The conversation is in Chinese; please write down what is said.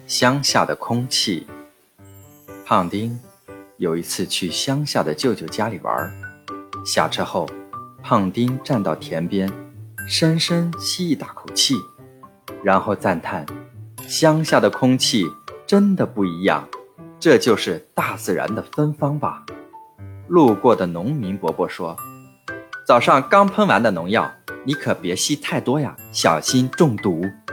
乡下的空气。胖丁有一次去乡下的舅舅家里玩，下车后，胖丁站到田边，深深吸一大口气，然后赞叹：乡下的空气真的不一样，这就是大自然的芬芳吧。路过的农民伯伯说：早上刚喷完的农药，你可别吸太多呀，小心中毒。